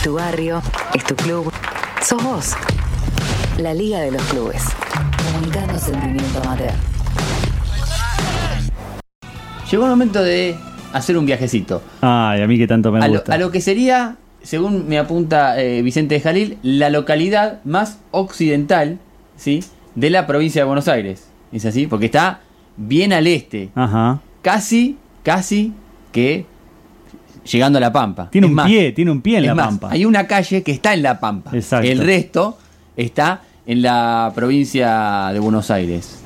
tu barrio, es tu club, sos vos. La Liga de los Clubes. Comunicando sentimiento amateur. Llegó el momento de hacer un viajecito. Ay, a mí que tanto me gusta. A lo que sería, según me apunta Vicente de Jalil, la localidad más occidental, ¿sí?, de la provincia de Buenos Aires. ¿Es así? Porque está bien al este. Ajá. Casi que llegando a La Pampa. Tiene un pie en La Pampa. Hay una calle que está en La Pampa. Exacto. El resto está en la provincia de Buenos Aires.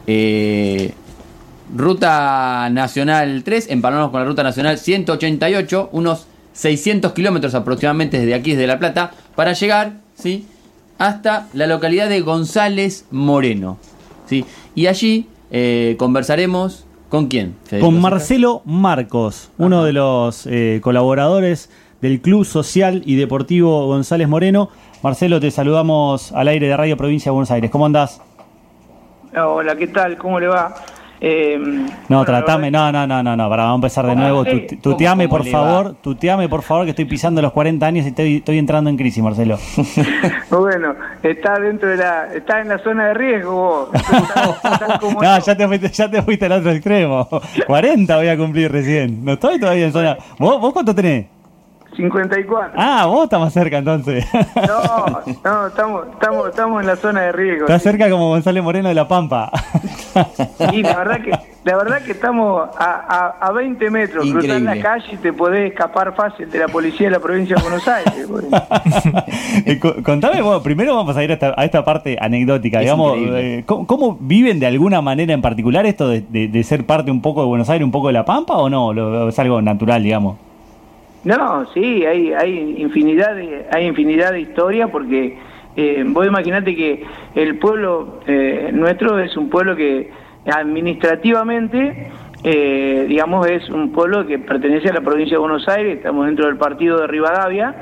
Ruta Nacional 3, empalmamos con la Ruta Nacional 188, unos 600 kilómetros aproximadamente desde aquí, desde La Plata, para llegar, ¿sí?, hasta la localidad de González Moreno, ¿sí? Y allí conversaremos ¿con quién, Federico? Con Marcelo Marcos, uno de los colaboradores del Club Social y Deportivo González Moreno. Marcelo, te saludamos al aire de Radio Provincia de Buenos Aires. ¿Cómo andás? Hola, ¿qué tal? ¿Cómo le va? No, tratame, no, vamos a empezar de nuevo. Tuteame, por favor, que estoy pisando los 40 años y estoy entrando en crisis, Marcelo. Bueno, está en la zona de riesgo vos. No, ya te fuiste al otro extremo. 40 voy a cumplir recién. No estoy todavía en zona. ¿Vos cuánto tenés? 54. Ah, vos estás más cerca entonces. No, estamos en la zona de riesgo. Estás cerca como González Moreno de La Pampa. Y la verdad que estamos a 20 metros. Increíble. Cruzar la calle y te podés escapar fácil de la policía de la provincia de Buenos Aires. Contame vos, primero vamos a ir a esta parte anecdótica, digamos, ¿cómo viven de alguna manera en particular esto de ser parte un poco de Buenos Aires, un poco de La Pampa, o no? ¿Es algo natural, digamos? No, sí, hay infinidad de historias, porque vos imaginate que el pueblo nuestro es un pueblo que administrativamente, digamos, es un pueblo que pertenece a la provincia de Buenos Aires. Estamos dentro del partido de Rivadavia,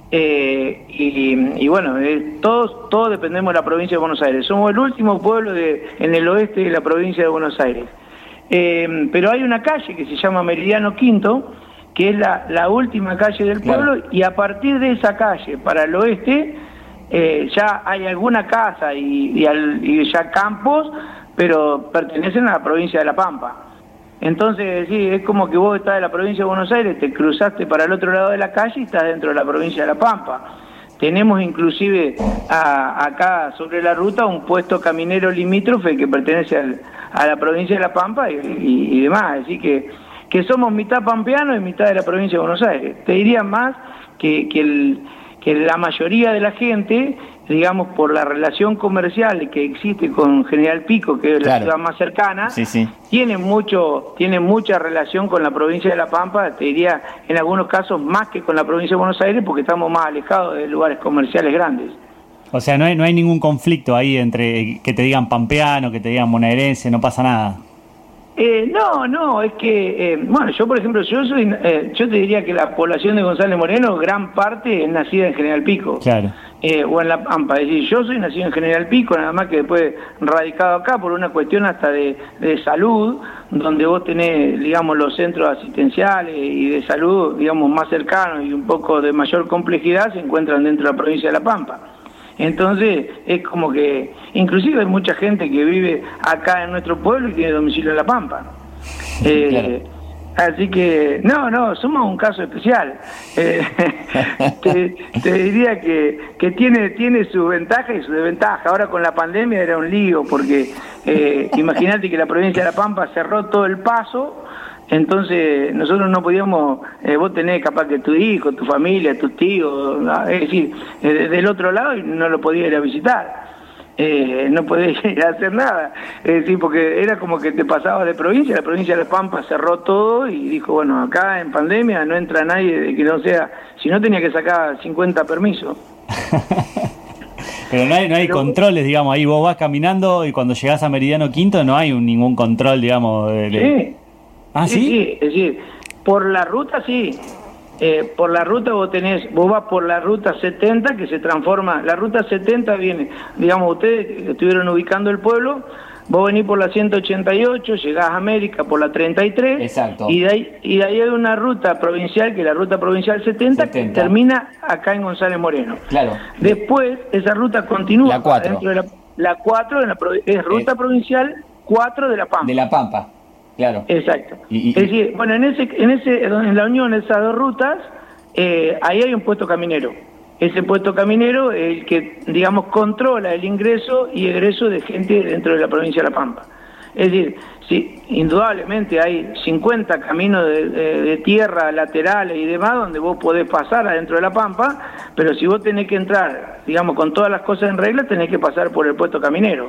y bueno, todos dependemos de la provincia de Buenos Aires. Somos el último pueblo en el oeste de la provincia de Buenos Aires. Pero hay una calle que se llama Meridiano Quinto, que es la última calle del pueblo, claro. Y a partir de esa calle para el oeste ya hay alguna casa y ya campos, pero pertenecen a la provincia de La Pampa. Entonces, sí, es como que vos estás de la provincia de Buenos Aires, te cruzaste para el otro lado de la calle y estás dentro de la provincia de La Pampa. Tenemos inclusive acá sobre la ruta un puesto caminero limítrofe que pertenece a la provincia de La Pampa y demás, así que somos mitad pampeanos y mitad de la provincia de Buenos Aires. Te diría más que la mayoría de la gente, digamos, por la relación comercial que existe con General Pico, que es la ciudad más cercana, sí. Tiene mucha relación con la provincia de La Pampa, te diría en algunos casos más que con la provincia de Buenos Aires, porque estamos más alejados de lugares comerciales grandes. O sea, no hay ningún conflicto ahí entre que te digan pampeano, que te digan bonaerense, no pasa nada. No, es que, bueno, yo por ejemplo, yo te diría que la población de González Moreno, gran parte es nacida en General Pico. Claro. O en La Pampa, es decir, yo soy nacido en General Pico, nada más que después radicado acá por una cuestión hasta de salud, donde vos tenés, digamos, los centros asistenciales y de salud, digamos, más cercanos y un poco de mayor complejidad se encuentran dentro de la provincia de La Pampa. Entonces es como que inclusive hay mucha gente que vive acá en nuestro pueblo y tiene domicilio en La Pampa. Claro. Así que no, somos un caso especial. Te diría que tiene su ventaja y su desventaja. Ahora con la pandemia era un lío, porque imagínate que la provincia de La Pampa cerró todo el paso. Entonces nosotros no podíamos, vos tenés capaz que tu hijo, tu familia, tus tíos, es decir, del otro lado y no lo podías ir a visitar, no podías ir a hacer nada, es decir, porque era como que te pasabas de provincia, la provincia de La Pampa cerró todo y dijo, bueno, acá en pandemia no entra nadie que no sea, si no tenía que sacar 50 permisos. Pero no hay controles, digamos, ahí vos vas caminando y cuando llegás a Meridiano Quinto no hay ningún control, digamos, Sí. ¿Ah, sí? Sí, es decir, por la ruta sí. Por la ruta vos vas por la ruta 70 que se transforma, la ruta 70 viene, digamos, ustedes estuvieron ubicando el pueblo, Vos venís por la 188, llegás a América por la 33. Exacto. Y de ahí hay una ruta provincial, que es la ruta provincial 70, que termina acá en González Moreno. Claro. Después, esa ruta continúa. La 4. Dentro de la 4 es ruta provincial 4 de La Pampa. De La Pampa, claro. Exacto. Es decir, bueno, en la unión de esas dos rutas, ahí hay un puesto caminero. Ese puesto caminero es el que, digamos, controla el ingreso y egreso de gente dentro de la provincia de La Pampa. Es decir, sí, indudablemente hay 50 caminos de tierra laterales y demás donde vos podés pasar adentro de La Pampa, pero si vos tenés que entrar, digamos, con todas las cosas en regla, tenés que pasar por el puesto caminero.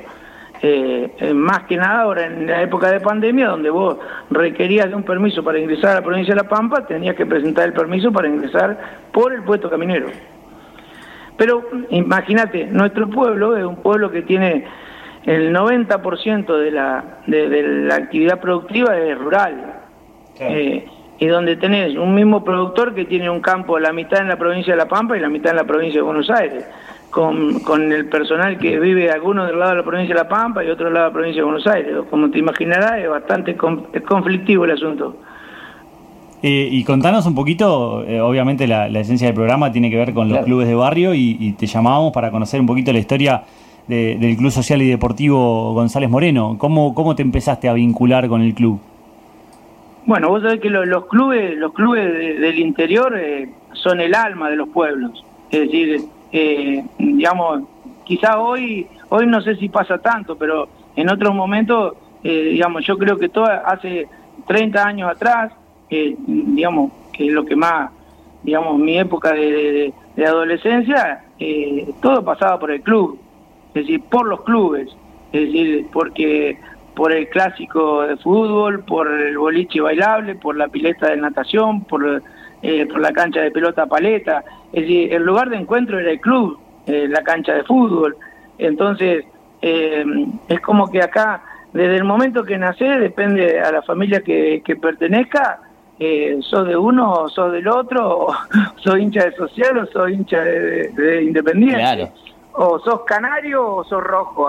Más que nada ahora en la época de pandemia, donde vos requerías de un permiso para ingresar a la provincia de La Pampa, tenías que presentar el permiso para ingresar por el puesto caminero. Pero imagínate, nuestro pueblo es un pueblo que tiene el 90% de la actividad productiva es rural. Claro. Y donde tenés un mismo productor que tiene un campo la mitad en la provincia de La Pampa y la mitad en la provincia de Buenos Aires, con el personal que vive algunos del lado de la provincia de La Pampa y otro del lado de la provincia de Buenos Aires. Como te imaginarás, es bastante conflictivo el asunto. Y contanos un poquito, obviamente la esencia del programa tiene que ver con los clubes de barrio y te llamábamos para conocer un poquito la historia del Club Social y Deportivo González Moreno. ¿Cómo te empezaste a vincular con el club? Bueno, vos sabés que los clubes del interior son el alma de los pueblos. Es decir, digamos, quizá hoy no sé si pasa tanto, pero en otros momentos, digamos, yo creo que hace 30 años atrás, digamos, que es lo que más, digamos, mi época de adolescencia, todo pasaba por el club, es decir, por los clubes, es decir, porque por el clásico de fútbol, por el boliche bailable, por la pileta de natación, por la cancha de pelota paleta, es decir, el lugar de encuentro era el club, la cancha de fútbol. Entonces, es como que acá, desde el momento que nacés, depende a la familia que pertenezca, sos de uno o sos del otro, o sos hincha de Social o sos hincha de Independiente, claro. O sos canario o sos rojo.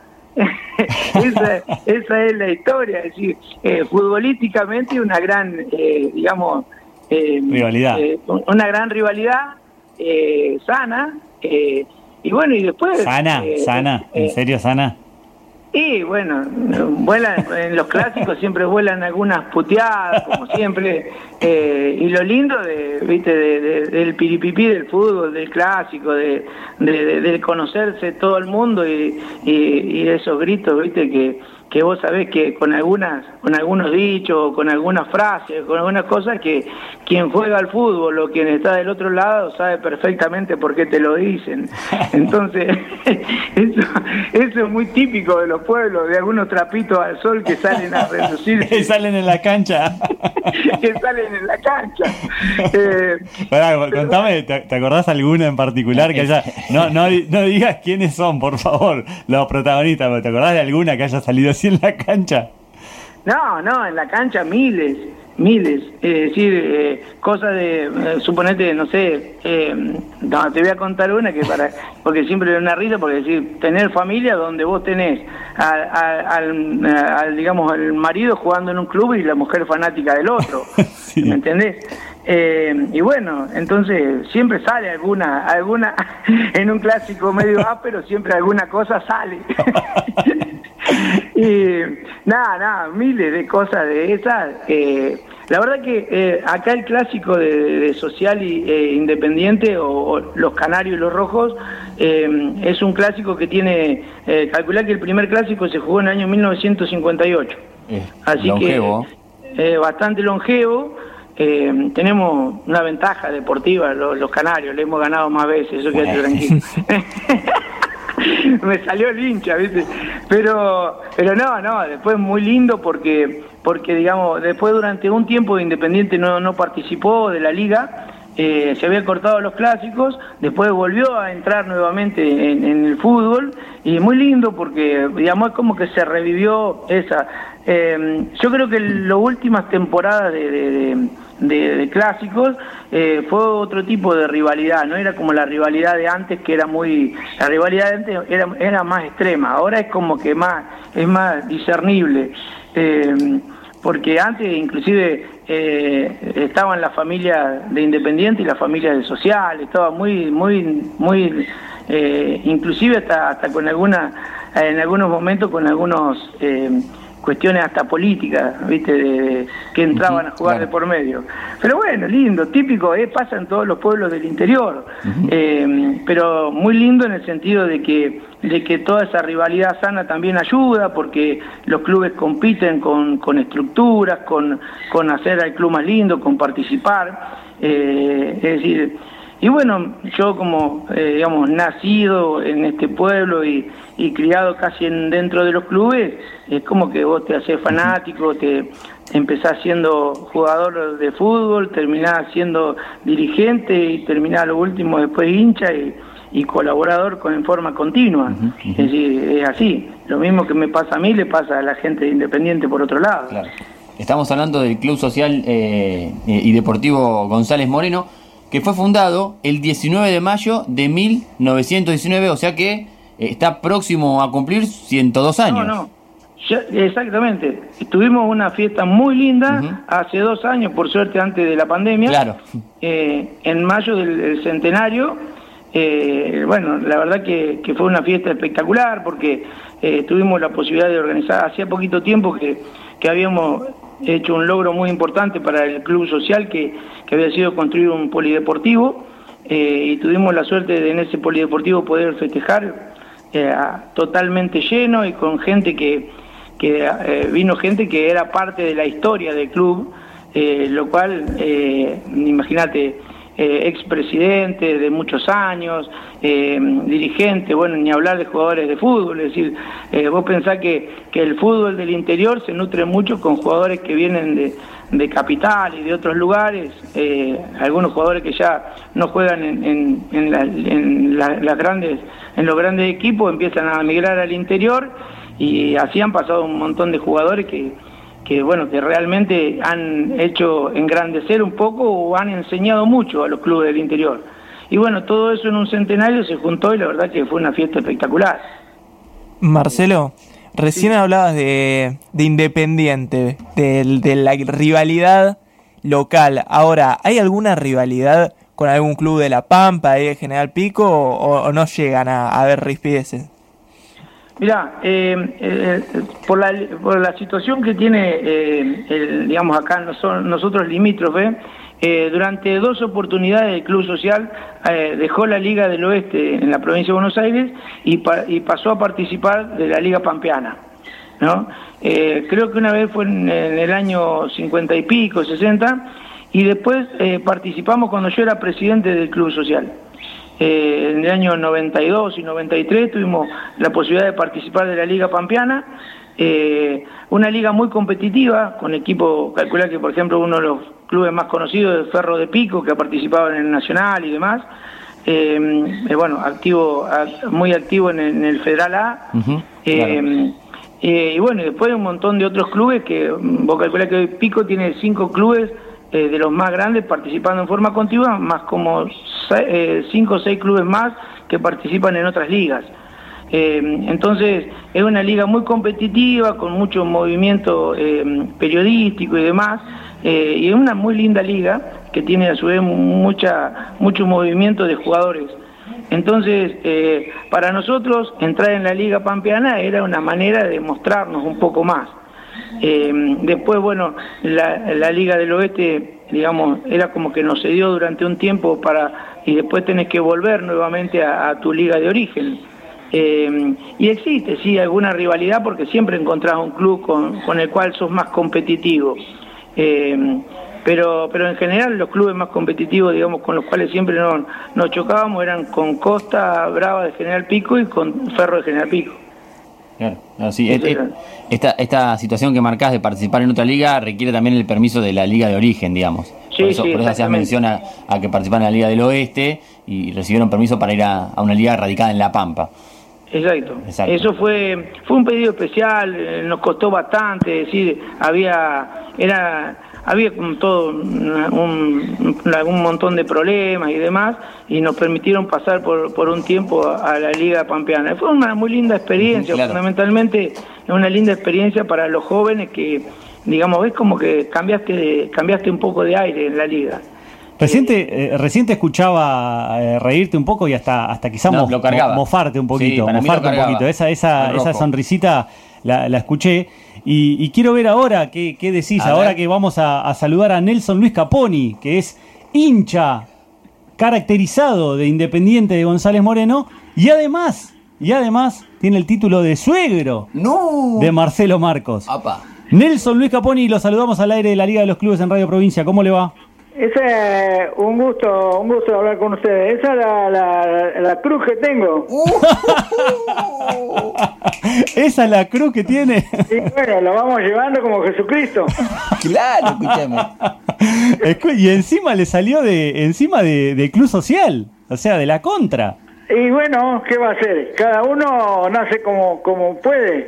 Esa es la historia, es decir, futbolísticamente una gran, digamos, rivalidad. Una gran rivalidad sana, y bueno, y después... Sana, ¿en serio sana? Y bueno, vuelan en los clásicos, siempre vuelan algunas puteadas, como siempre, y lo lindo del piripipí del fútbol, del clásico, de conocerse todo el mundo y esos gritos, viste, que vos sabés que con algunos dichos, con algunas frases, con algunas cosas que quien juega al fútbol o quien está del otro lado sabe perfectamente por qué te lo dicen. Entonces, eso es muy típico de los pueblos, de algunos trapitos al sol que salen a reducirse. Que salen en la cancha. Que salen en la cancha. Contame, ¿te acordás alguna en particular que haya... No digas quiénes son, por favor, los protagonistas, pero ¿te acordás de alguna que haya salido así en la cancha? No, en la cancha miles. Es decir, cosas de, suponete, no sé, no, te voy a contar una porque siempre es una risa, porque decir, tener familia donde vos tenés digamos, al marido jugando en un club y la mujer fanática del otro, sí. ¿Me entendés? Y bueno, entonces siempre sale alguna en un clásico medio ápero, siempre alguna cosa sale. Y nada, miles de cosas de esas. La verdad que acá el clásico de Social y Independiente, o los Canarios y los Rojos, es un clásico que tiene, calculá que el primer clásico se jugó en el año 1958. Así longevo. Que bastante longevo. Tenemos una ventaja deportiva los Canarios, le hemos ganado más veces, eso quédate tranquilo. Me salió el hincha, ¿viste? Pero no, después muy lindo porque digamos, después durante un tiempo Independiente no participó de la liga, se habían cortado los clásicos, después volvió a entrar nuevamente en el fútbol, y muy lindo porque, digamos, es como que se revivió esa... yo creo que las últimas temporadas de clásicos, fue otro tipo de rivalidad, no era como la rivalidad de antes, que era la rivalidad de antes era más extrema, ahora es como que es más discernible, porque antes inclusive estaban las familias de Independiente y las familias de Social, estaba muy inclusive hasta con en algunos momentos con algunos cuestiones hasta políticas, ¿viste? Que entraban a jugar de por medio. Pero bueno, lindo, típico, pasa en todos los pueblos del interior, pero muy lindo en el sentido de que toda esa rivalidad sana también ayuda, porque los clubes compiten con estructuras, con hacer al club más lindo, con participar, es decir. Y bueno, yo como, digamos, nacido en este pueblo y criado casi dentro de los clubes, es como que vos te haces fanático, te empezás siendo jugador de fútbol, terminás siendo dirigente y terminás lo último después hincha y colaborador en forma continua. Es decir, es así. Lo mismo que me pasa a mí, le pasa a la gente de Independiente por otro lado. Claro. Estamos hablando del Club Social y Deportivo González Moreno, que fue fundado el 19 de mayo de 1919, o sea que está próximo a cumplir 102 años. No, ya, exactamente. Tuvimos una fiesta muy linda hace 2 años, por suerte antes de la pandemia. Claro. En mayo del centenario. Bueno, la verdad que fue una fiesta espectacular porque tuvimos la posibilidad de organizar, hacía poquito tiempo que habíamos hecho un logro muy importante para el Club Social, que había sido construir un polideportivo, y tuvimos la suerte de en ese polideportivo poder festejar totalmente lleno y con gente que vino gente que era parte de la historia del club, lo cual, imagínate, expresidente de muchos años, dirigente, bueno, ni hablar de jugadores de fútbol, es decir, vos pensás que el fútbol del interior se nutre mucho con jugadores que vienen de capital y de otros lugares, algunos jugadores que ya no juegan en los grandes equipos, empiezan a migrar al interior, y así han pasado un montón de jugadores que bueno, que realmente han hecho engrandecer un poco o han enseñado mucho a los clubes del interior. Y bueno, todo eso en un centenario se juntó y la verdad que fue una fiesta espectacular. Marcelo, recién hablabas de Independiente, de la rivalidad local. Ahora, ¿hay alguna rivalidad con algún club de La Pampa, de General Pico, o no llegan a haber rispideces? Mirá, por la situación que tiene, digamos, acá nosotros limítrofes, durante 2 oportunidades el Club Social dejó la Liga del Oeste en la provincia de Buenos Aires y pasó a participar de la Liga Pampeana, ¿no? Creo que una vez fue en el año 50 y pico, 60, y después participamos cuando yo era presidente del Club Social. En el año 92 y 93 tuvimos la posibilidad de participar de la Liga Pampeana, una liga muy competitiva, con equipos, calcular que por ejemplo uno de los clubes más conocidos es Ferro de Pico, que ha participado en el Nacional y demás, bueno, muy activo en el Federal A, claro. Y bueno, después un montón de otros clubes que, vos calculás que hoy Pico tiene 5 clubes de los más grandes participando en forma continua, más como 5 o 6 clubes más que participan en otras ligas. Entonces es una liga muy competitiva, con mucho movimiento periodístico y demás, y es una muy linda liga que tiene a su vez mucho movimiento de jugadores. Entonces, para nosotros entrar en la Liga Pampeana era una manera de mostrarnos un poco más. Después, bueno, la Liga del Oeste, digamos, era como que nos cedió durante un tiempo y después tenés que volver nuevamente a tu liga de origen. Y existe, sí, alguna rivalidad porque siempre encontrás un club con el cual sos más competitivo. Pero en general los clubes más competitivos, digamos, con los cuales siempre nos chocábamos eran con Costa Brava de General Pico y con Ferro de General Pico. Claro, sí, esta situación que marcás de participar en otra liga requiere también el permiso de la liga de origen, digamos. Sí, por eso hacías mención a que participan en la Liga del Oeste y recibieron permiso para ir a una liga radicada en La Pampa. Exacto. Eso fue un pedido especial, nos costó bastante, es decir, había como todo un montón de problemas y demás, y nos permitieron pasar por un tiempo a la Liga Pampeana. Fue una muy linda experiencia, claro. Fundamentalmente es una linda experiencia para los jóvenes que, digamos, ves como que cambiaste un poco de aire en la liga. Recién te escuchaba reírte un poco y hasta quizás mofarte un poquito. Sí, esa sonrisita la escuché. Y quiero ver ahora qué decís, ahora que vamos a saludar a Nelson Luis Caponi, que es hincha caracterizado de Independiente de González Moreno, y además tiene el título de suegro de Marcelo Marcos. Apa. Nelson Luis Caponi, lo saludamos al aire de la Liga de los Clubes en Radio Provincia. ¿Cómo le va? Es un gusto hablar con ustedes. Esa es la cruz que tengo. ¿Esa es la cruz que tiene? Sí, bueno, la vamos llevando como Jesucristo. Claro, escúchame. Y encima le salió de Club Social, o sea, de la contra. Y bueno, ¿qué va a hacer? Cada uno nace como puede.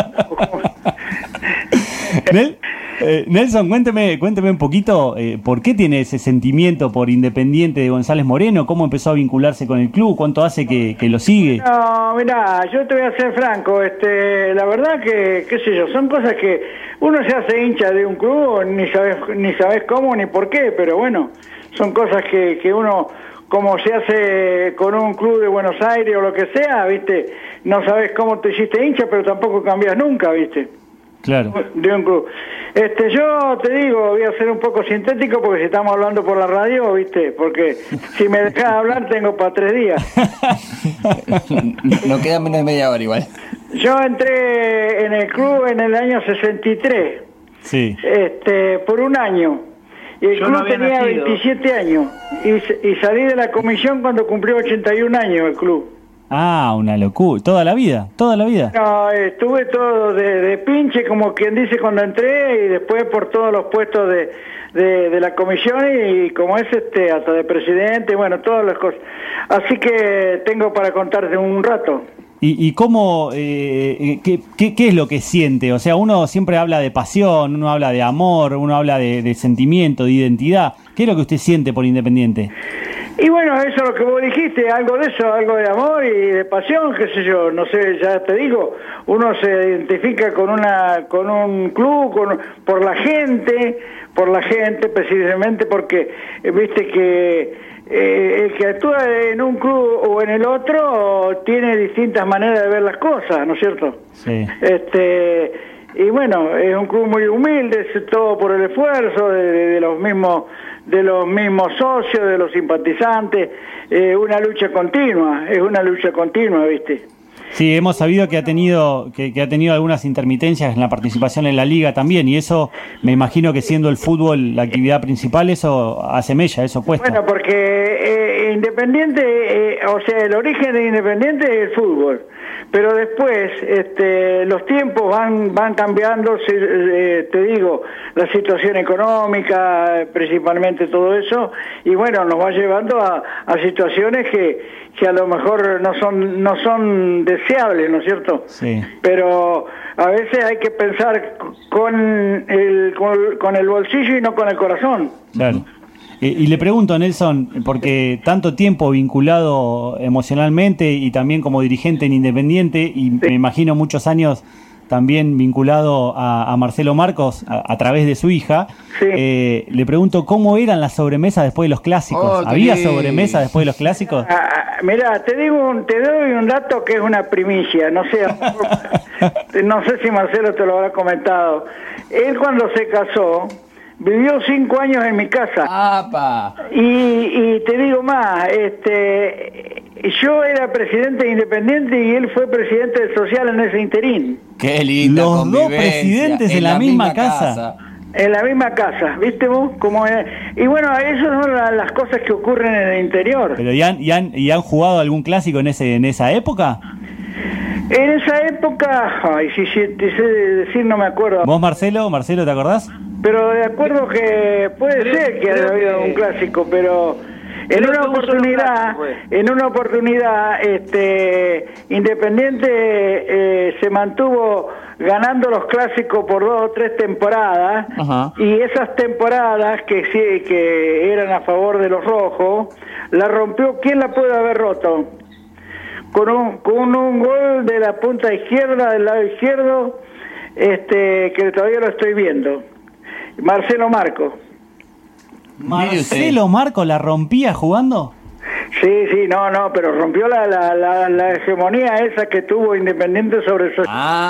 Nelson, cuénteme un poquito por qué tiene ese sentimiento por Independiente de González Moreno, cómo empezó a vincularse con el club, cuánto hace que lo sigue. No, mirá, yo te voy a ser franco, la verdad que, qué sé yo, son cosas que uno se hace hincha de un club, ni sabes cómo ni por qué, pero bueno, son cosas que uno, como se hace con un club de Buenos Aires o lo que sea, ¿viste? No sabes cómo te hiciste hincha, pero tampoco cambias nunca, ¿viste? Claro. De un club. Yo te digo, voy a ser un poco sintético porque si estamos hablando por la radio, ¿viste? Porque si me dejas hablar tengo para 3 días. No queda menos de media hora igual. Yo entré en el club en el año 63. Sí. Por un año. Y el club tenía 27 años. Y salí de la comisión cuando cumplió 81 años el club. Ah, una locura. ¿Toda la vida? No, estuve todo de pinche, como quien dice, cuando entré, y después por todos los puestos de la comisión, y como es hasta de presidente, bueno, todas las cosas. Así que tengo para contarte un rato. ¿Y cómo, qué es lo que siente? O sea, uno siempre habla de pasión, uno habla de amor, uno habla de sentimiento, de identidad. ¿Qué es lo que usted siente por Independiente? Y bueno, eso es lo que vos dijiste, algo de eso, algo de amor y de pasión, qué sé yo, no sé, ya te digo, uno se identifica con un club, por la gente, precisamente porque, viste que el que actúa en un club o en el otro tiene distintas maneras de ver las cosas, ¿no es cierto? Sí. Y bueno, es un club muy humilde, es todo por el esfuerzo de los mismos socios, de los simpatizantes, es una lucha continua, ¿viste? Sí, hemos sabido que ha tenido algunas intermitencias en la participación en la liga también, y eso me imagino que siendo el fútbol la actividad principal, eso hace mella, eso cuesta. Bueno, porque Independiente, o sea, el origen de Independiente es el fútbol, pero después los tiempos van cambiando, te digo, la situación económica, principalmente todo eso, y bueno, nos va llevando a situaciones que a lo mejor no son deseables, ¿no es cierto? Sí. Pero a veces hay que pensar con el bolsillo y no con el corazón. Claro. Y le pregunto, Nelson, porque tanto tiempo vinculado emocionalmente y también como dirigente en Independiente, y sí, me imagino muchos años también vinculado a Marcelo Marcos a través de su hija, sí, le pregunto cómo eran las sobremesas después de los clásicos. ¿Había sobremesa después de los clásicos? Mirá, te doy un dato que es una primicia, no sé si Marcelo te lo habrá comentado. Él cuando se casó vivió 5 años en mi casa. ¡Apa! Y te digo más, yo era presidente de Independiente y él fue presidente del Social en ese interín. ¡Qué linda Los convivencia! Dos presidentes en la misma casa. En la misma casa, ¿viste vos? Y bueno, eso son las cosas que ocurren en el interior. ¿Pero y han jugado algún clásico en esa época? En esa época, si te sé decir, no me acuerdo. ¿Vos, Marcelo, ¿te acordás? Pero de acuerdo que puede ser que haya habido un clásico, pero En una oportunidad, Independiente se mantuvo ganando los clásicos por 2 o 3 temporadas. Ajá. Y esas temporadas que eran a favor de los rojos, la rompió. ¿Quién la puede haber roto? Con un gol de la punta izquierda, del lado izquierdo, que todavía lo estoy viendo. Marcelo Marco. ¿Marcelo Marco la rompía jugando? Sí, pero rompió la hegemonía esa que tuvo Independiente sobre eso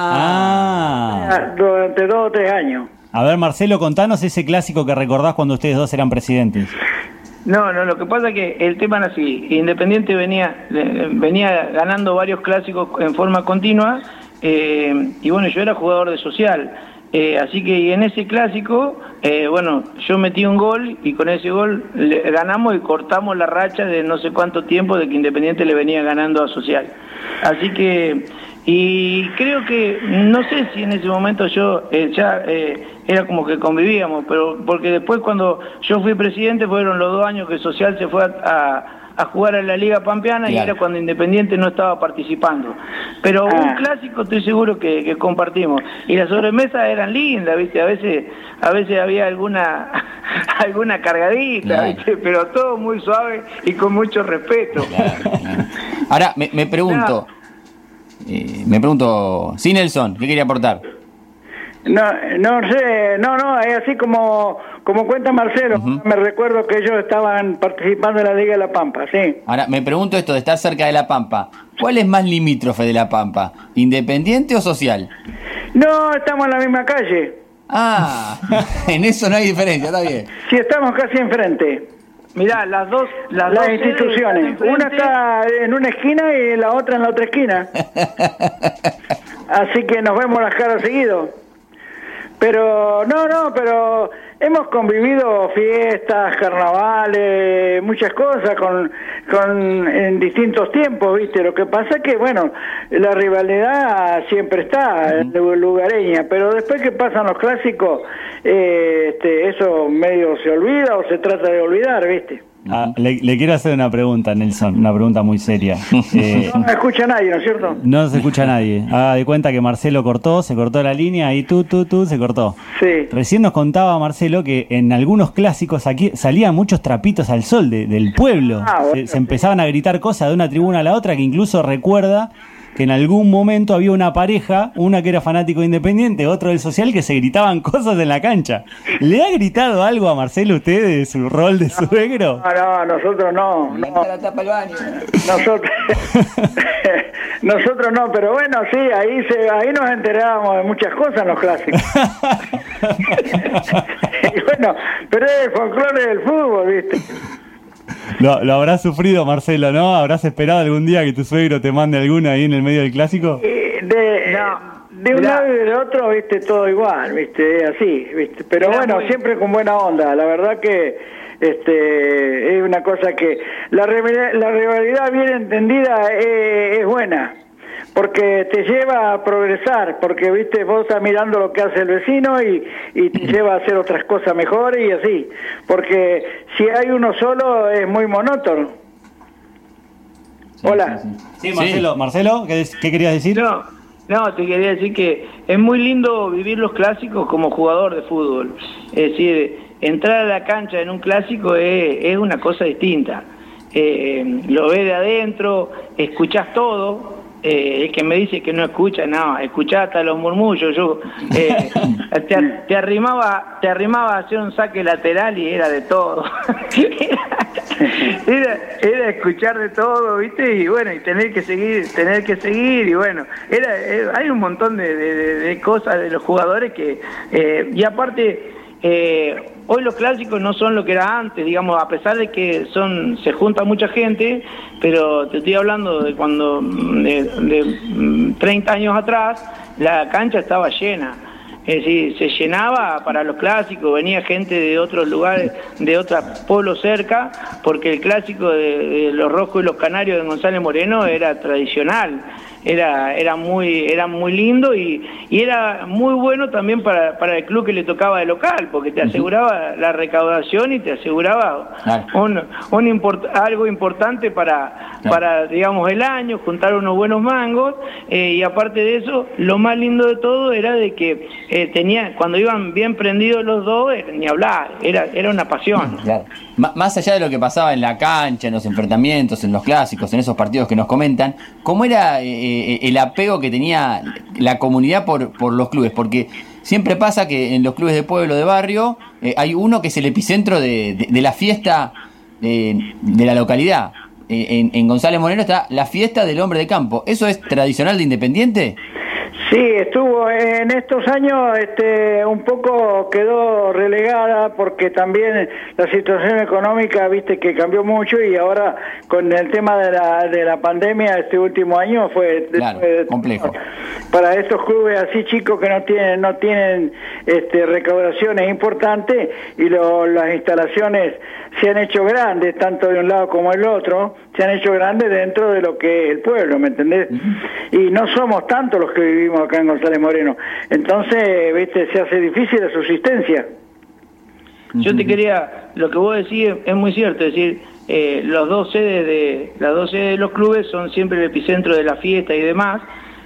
durante 2 o 3 años. A ver, Marcelo, contanos ese clásico que recordás cuando ustedes dos eran presidentes. No, lo que pasa es que el tema era así. Independiente venía ganando varios clásicos en forma continua, y bueno, yo era jugador de Social. Así que en ese clásico, yo metí un gol y con ese gol ganamos y cortamos la racha de no sé cuánto tiempo de que Independiente le venía ganando a Social. Así que, y creo que, no sé si en ese momento yo era como que convivíamos, pero porque después cuando yo fui presidente fueron los 2 años que Social se fue a jugar a la Liga Pampeana, claro. Y era cuando Independiente no estaba participando. Pero un clásico estoy seguro que compartimos. Y las sobremesas eran lindas, ¿viste? A veces había alguna cargadita, claro. ¿Viste? Pero todo muy suave y con mucho respeto. Claro. Ahora, me pregunto, sí, Nelson, ¿qué quería aportar? No sé, es así como cuenta Marcelo. Uh-huh. Me recuerdo que ellos estaban participando en la Liga de la Pampa, sí. Ahora, me pregunto esto de estar cerca de la Pampa. ¿Cuál es más limítrofe de la Pampa? ¿Independiente o Social? No, estamos en la misma calle. Ah, en eso no hay diferencia, está bien. Sí, estamos casi enfrente. Mirá, las dos instituciones. Una está en una esquina y la otra en la otra esquina. Así que nos vemos las caras seguido. Pero pero hemos convivido fiestas, carnavales, muchas cosas en distintos tiempos, ¿viste? Lo que pasa es que, la rivalidad siempre está lugareña, pero después que pasan los clásicos, eso medio se olvida o se trata de olvidar, ¿viste? Le quiero hacer una pregunta, Nelson, una pregunta muy seria. No escucha nadie, ¿no es cierto? No se escucha nadie. Haga de cuenta que Marcelo se cortó la línea y se cortó. Sí. Recién nos contaba Marcelo que en algunos clásicos aquí salían muchos trapitos al sol del pueblo. Se empezaban a gritar cosas de una tribuna a la otra, que incluso recuerda que en algún momento había una pareja, una que era fanático de Independiente, otro del Social, que se gritaban cosas en la cancha. ¿Le ha gritado algo a Marcelo usted de su rol de suegro? No, nosotros no. La tapa al baño. Nosotros no, pero sí, ahí nos enterábamos de muchas cosas en los clásicos. Y pero es el folclore del fútbol, ¿viste? Lo habrás sufrido, Marcelo, ¿no? ¿Habrás esperado algún día que tu suegro te mande alguna ahí en el medio del clásico? De un lado y del otro, ¿viste? Todo igual, ¿viste? Así, ¿viste? Pero siempre con buena onda. La verdad que es una cosa que la rivalidad bien entendida es buena. Porque te lleva a progresar, porque viste vos estás mirando lo que hace el vecino y te lleva a hacer otras cosas mejores y así, porque si hay uno solo es muy monótono. Hola. Sí, Marcelo, ¿qué querías decir? No, te quería decir que es muy lindo vivir los clásicos como jugador de fútbol. Es decir, entrar a la cancha en un clásico es una cosa distinta. Lo ves de adentro, escuchás todo. El que me dice que no escucha, escuchá hasta los murmullos. Yo te arrimaba a hacer un saque lateral y era de todo. era escuchar de todo, ¿viste? Y y tener que seguir y hay un montón de cosas de los jugadores que y aparte hoy los clásicos no son lo que era antes, digamos, a pesar de que se junta mucha gente, pero te estoy hablando de cuando de 30 años atrás la cancha estaba llena. Sí, se llenaba para los clásicos, venía gente de otros lugares, de otros pueblos cerca, porque el clásico de los Rojos y los Canarios de González Moreno era tradicional. Era muy lindo y era muy bueno también para el club que le tocaba de local, porque te aseguraba la recaudación y te aseguraba algo importante para digamos el año, juntar unos buenos mangos, y aparte de eso, lo más lindo de todo era de que cuando iban bien prendidos los dos, ni hablar, era una pasión. Claro. Más allá de lo que pasaba en la cancha, en los enfrentamientos, en los clásicos, en esos partidos que nos comentan, ¿cómo era el apego que tenía la comunidad por los clubes? Porque siempre pasa que en los clubes de pueblo, de barrio, hay uno que es el epicentro de la fiesta de la localidad. En González Moreno está la fiesta del hombre de campo. ¿Eso es tradicional de Independiente? Sí, estuvo en estos años, un poco quedó relegada porque también la situación económica, viste, que cambió mucho, y ahora con el tema de la pandemia este último año fue complejo para estos clubes así chicos que no tienen recaudaciones importantes, y las instalaciones se han hecho grandes, tanto de un lado como del otro, se han hecho grandes dentro de lo que es el pueblo, ¿me entendés? Y no somos tantos los que vivimos acá en González Moreno, entonces, viste, se hace difícil la subsistencia. Yo te quería, lo que vos decís es muy cierto, es decir, las dos sedes de los clubes son siempre el epicentro de la fiesta y demás.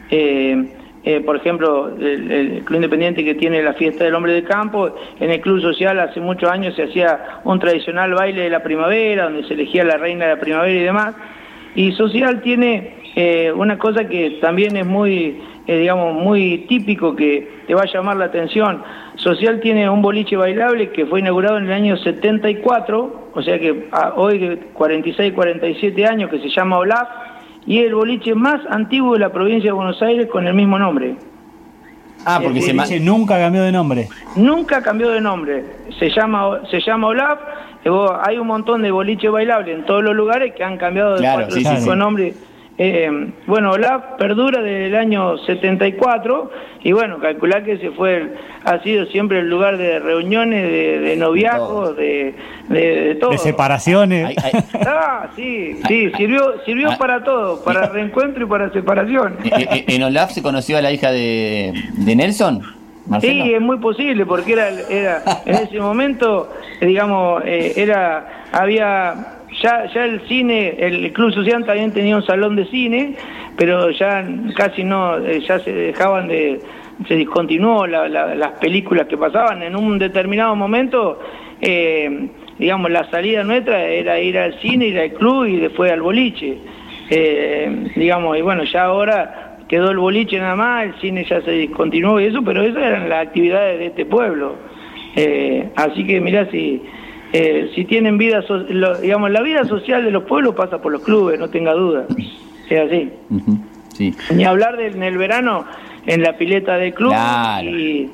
Por ejemplo, el Club Independiente, que tiene la fiesta del hombre de campo, en el Club Social hace muchos años se hacía un tradicional baile de la primavera, donde se elegía la reina de la primavera y demás. Y Social tiene una cosa que también es muy, digamos, muy típico, que te va a llamar la atención. Social tiene un boliche bailable que fue inaugurado en el año 74, o sea que hoy 46, 47 años, que se llama Olaf, y es el boliche más antiguo de la provincia de Buenos Aires con el mismo nombre. Porque el boliche nunca cambió de nombre. Nunca cambió de nombre. Se llama Olaf. Hay un montón de boliches bailables en todos los lugares que han cambiado de 4 o 5 nombres. Bueno, Olaf perdura desde el año 74, y bueno, calcular que ha sido siempre el lugar de reuniones, de noviazgos, de todo. De separaciones. Sí, sirvió para todo, para reencuentro y para separación. ¿En Olaf se conoció a la hija de Nelson? ¿Marcelo? Sí, es muy posible, porque era en ese momento, digamos, había... Ya el cine, el Club Social también tenía un salón de cine, pero ya casi no, ya se discontinuó las películas que pasaban. En un determinado momento, digamos, la salida nuestra era ir al cine, ir al club y después al boliche. Digamos, y bueno, ya ahora quedó el boliche nada más, el cine ya se discontinuó y eso, pero esas eran las actividades de este pueblo. Así que mirá, si tienen vida, digamos, la vida social de los pueblos pasa por los clubes, no tenga duda, es así. Sí. Ni hablar en el verano en la pileta del club. Claro.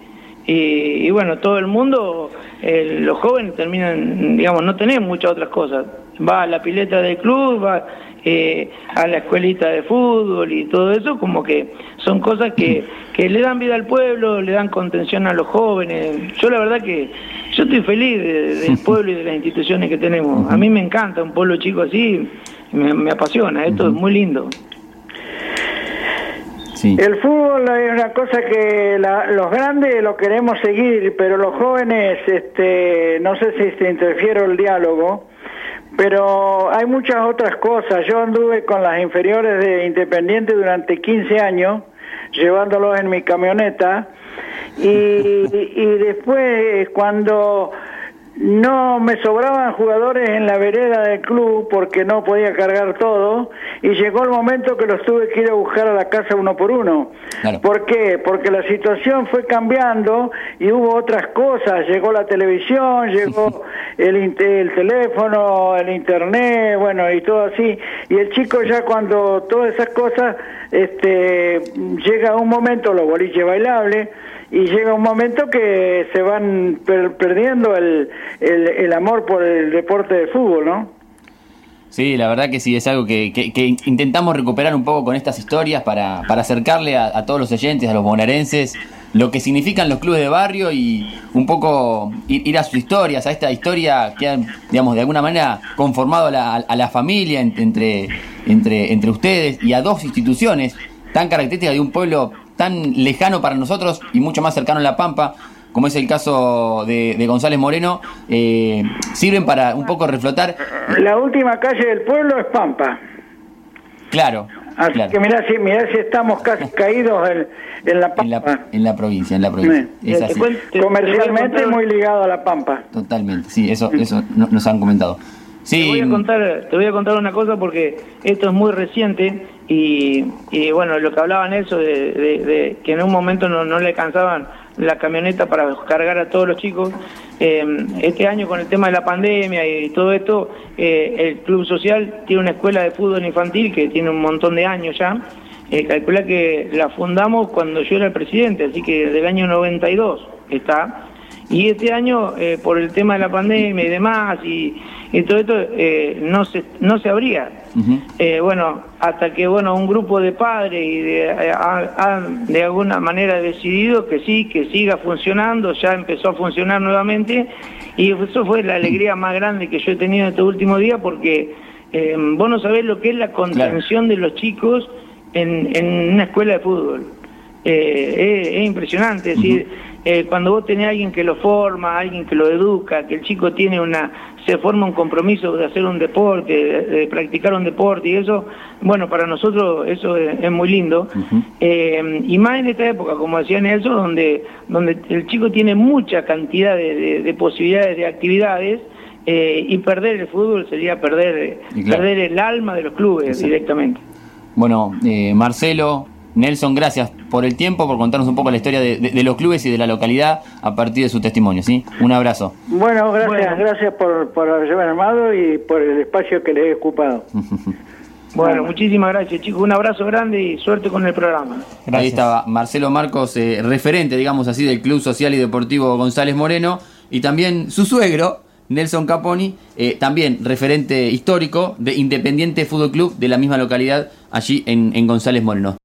Y bueno, todo el mundo, los jóvenes terminan, digamos, no tenés muchas otras cosas. Va a la pileta del club, va a la escuelita de fútbol y todo eso, como que son cosas que le dan vida al pueblo, le dan contención a los jóvenes. Yo la verdad que yo estoy feliz del pueblo y de las instituciones que tenemos. A mí me encanta un pueblo chico así, me apasiona, esto es muy lindo. Sí. El fútbol es una cosa que los grandes lo queremos seguir, pero los jóvenes, no sé si se interfiere el diálogo, pero hay muchas otras cosas. Yo anduve con las inferiores de Independiente durante 15 años, llevándolos en mi camioneta, y después cuando no me sobraban jugadores en la vereda del club porque no podía cargar todo, y llegó el momento que los tuve que ir a buscar a la casa uno por uno. Claro. ¿Por qué? Porque la situación fue cambiando y hubo otras cosas. Llegó la televisión, llegó el teléfono, el internet, bueno, y todo así. Y el chico ya cuando todas esas cosas, llega un momento, los boliches bailables, y llega un momento que se van perdiendo el amor por el deporte de fútbol, ¿no? Sí, la verdad que sí, es algo que intentamos recuperar un poco con estas historias para acercarle a todos los oyentes, a los bonaerenses, lo que significan los clubes de barrio y un poco ir a sus historias, a esta historia que han, digamos, de alguna manera conformado a la familia entre ustedes y a dos instituciones tan características de un pueblo tan lejano para nosotros y mucho más cercano a La Pampa, como es el caso de González Moreno, sirven para un poco reflotar. La última calle del pueblo es Pampa. Claro. Así que mirá si estamos casi caídos en La Pampa. En la provincia. Es así. Comercialmente muy ligado a La Pampa. Totalmente, sí, eso nos han comentado. Sí. Te voy a contar una cosa porque esto es muy reciente y bueno, lo que hablaba Nelson de que en un momento no le alcanzaban la camioneta para cargar a todos los chicos. Este año con el tema de la pandemia y todo esto, el Club Social tiene una escuela de fútbol infantil que tiene un montón de años ya. Calcula que la fundamos cuando yo era el presidente, así que del año 92 está. Y este año, por el tema de la pandemia y demás, y todo esto, no se abría. Uh-huh. Bueno, hasta que un grupo de padres y de alguna manera decidido que sí, que siga funcionando, ya empezó a funcionar nuevamente, y eso fue la alegría más grande que yo he tenido en estos últimos días, porque vos no sabés lo que es la contención de los chicos en una escuela de fútbol. Es impresionante, es decir, cuando vos tenés a alguien que lo forma, alguien que lo educa, que el chico se forma un compromiso de hacer un deporte, de practicar un deporte, y eso, bueno, para nosotros eso es muy lindo. Uh-huh. Y más en esta época, como decía Nelson, donde el chico tiene mucha cantidad de posibilidades de actividades, y perder el fútbol sería perder el alma de los clubes. Exacto. Directamente. Bueno, Marcelo, Nelson, gracias por el tiempo, por contarnos un poco la historia de los clubes y de la localidad a partir de su testimonio, ¿sí? Un abrazo. Bueno, gracias por haberme armado y por el espacio que le he ocupado. Bueno, muchísimas gracias, chicos. Un abrazo grande y suerte con el programa. Gracias. Ahí estaba Marcelo Marcos, referente, digamos así, del Club Social y Deportivo González Moreno, y también su suegro, Nelson Caponi, también referente histórico de Independiente Fútbol Club de la misma localidad, allí en González Moreno.